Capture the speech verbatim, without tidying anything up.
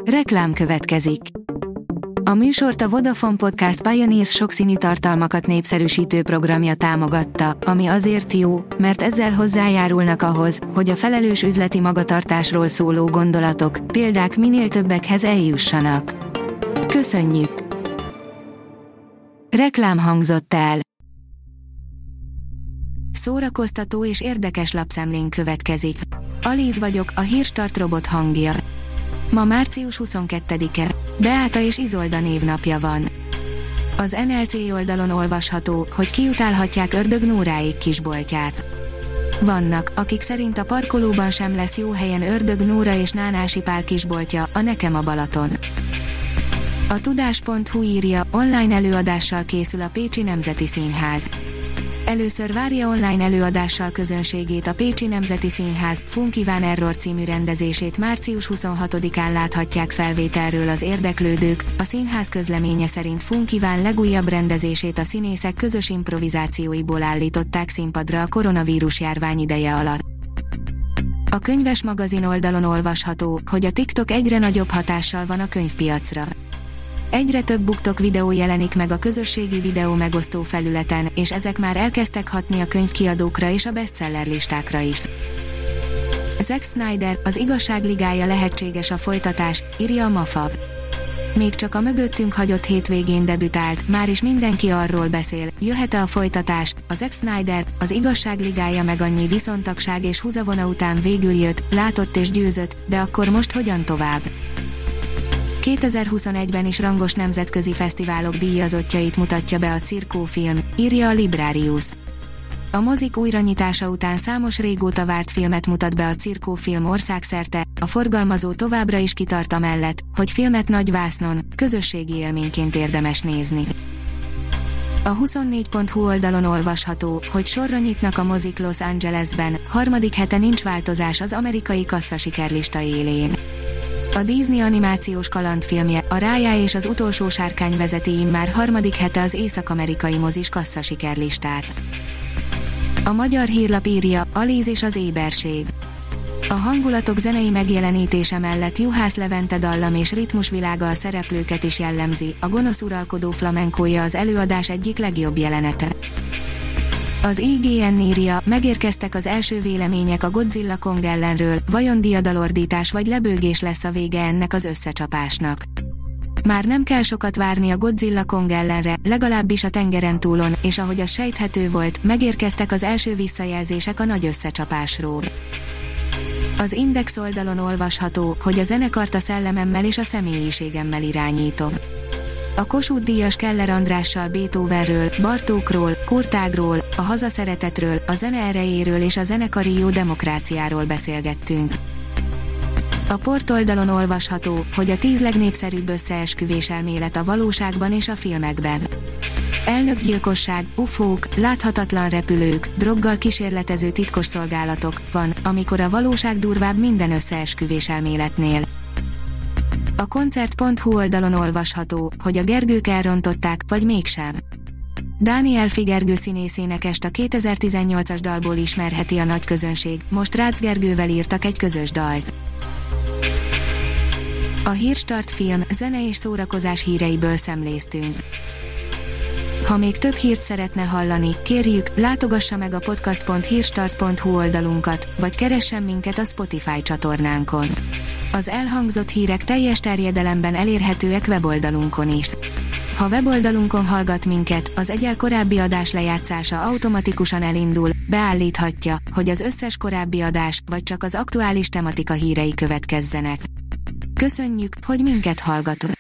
Reklám következik. A műsort a Vodafone Podcast Pioneers sokszínű tartalmakat népszerűsítő programja támogatta, ami azért jó, mert ezzel hozzájárulnak ahhoz, hogy a felelős üzleti magatartásról szóló gondolatok, példák minél többekhez eljussanak. Köszönjük! Reklám hangzott el. Szórakoztató és érdekes lapszemlén következik. Alíz vagyok, a Hírstart robot hangja. Ma március huszonkettedike, Beáta és Izolda névnapja van. Az en el cé oldalon olvasható, hogy kiutálhatják Ördög Nóráék kisboltját. Vannak, akik szerint a parkolóban sem lesz jó helyen Ördög Nóra és Nánási Pál kisboltja, a Nekem a Balaton. A tudás pont hu írja, online előadással készül a Pécsi Nemzeti Színház. Először várja online előadással közönségét a Pécsi Nemzeti Színház, Funky Van Error című rendezését március huszonhatodikán láthatják felvételről az érdeklődők. A színház közleménye szerint Funky Van legújabb rendezését a színészek közös improvizációiból állították színpadra a koronavírus járvány ideje alatt. A Könyves Magazin oldalon olvasható, hogy a TikTok egyre nagyobb hatással van a könyvpiacra. Egyre több BookTok videó jelenik meg a közösségi videó megosztó felületen, és ezek már elkezdtek hatni a könyvkiadókra és a bestseller listákra is. Zack Snyder, az Igazság Ligája lehetséges a folytatás, írja a Mafav. Még csak a mögöttünk hagyott hétvégén debütált, már is mindenki arról beszél, jöhet-e a folytatás. A Zack Snyder, az Igazság Ligája meg annyi viszontagság és húzavona után végül jött, látott és győzött, de akkor most hogyan tovább? kétezer-huszonegyben is rangos nemzetközi fesztiválok díjazottjait mutatja be a Cirkó film, írja a Librarius. A mozik újranyitása után számos régóta várt filmet mutat be a Cirkó film országszerte, a forgalmazó továbbra is kitart amellett, hogy filmet nagy vásznon, közösségi élményként érdemes nézni. A huszonnégy pont hu oldalon olvasható, hogy sorra nyitnak a mozik Los Angelesben, harmadik hete nincs változás az amerikai kasszasikerlista élén. A Disney animációs kalandfilmje, a Rájá és az utolsó sárkány vezeti immár harmadik hete az észak-amerikai mozis kasszasikerlistát. A Magyar Hírlap írja, Alíz és az éberség. A hangulatok zenei megjelenítése mellett Juhász Levente dallam és ritmusvilága a szereplőket is jellemzi, a gonosz uralkodó flamenkója az előadás egyik legjobb jelenete. Az i gé en írja, megérkeztek az első vélemények a Godzilla Kong ellenről, vajon diadalordítás vagy lebőgés lesz a vége ennek az összecsapásnak. Már nem kell sokat várni a Godzilla Kong ellenre, legalábbis a tengeren túlon, és ahogy az sejthető volt, megérkeztek az első visszajelzések a nagy összecsapásról. Az Index oldalon olvasható, hogy a zenekart a szellememmel és a személyiségemmel irányítom. A Kossuth-díjas Keller Andrással Beethovenről, Bartókról, Kurtágról, a hazaszeretetről, a zene erejéről és a zenekari jó demokráciáról beszélgettünk. A Port oldalon olvasható, hogy a tíz legnépszerűbb összeesküvés elmélet a valóságban és a filmekben. Elnökgyilkosság, ufók, láthatatlan repülők, droggal kísérletező titkosszolgálatok, van, amikor a valóság durvább minden összeesküvés elméletnél. A koncert pont hu oldalon olvasható, hogy a Gergők elrontották, vagy mégsem. Dániel Figergő színészénekest a kétezer-tizennyolcas dalból ismerheti a nagy közönség, most Rácz Gergővel írtak egy közös dalt. A Hírstart film, zene és szórakozás híreiből szemléztünk. Ha még több hírt szeretne hallani, kérjük, látogassa meg a podcast pont hírstart pont hu oldalunkat, vagy keressen minket a Spotify csatornánkon. Az elhangzott hírek teljes terjedelemben elérhetőek weboldalunkon is. Ha weboldalunkon hallgat minket, az egyel korábbi adás lejátszása automatikusan elindul, beállíthatja, hogy az összes korábbi adás, vagy csak az aktuális tematika hírei következzenek. Köszönjük, hogy minket hallgatott!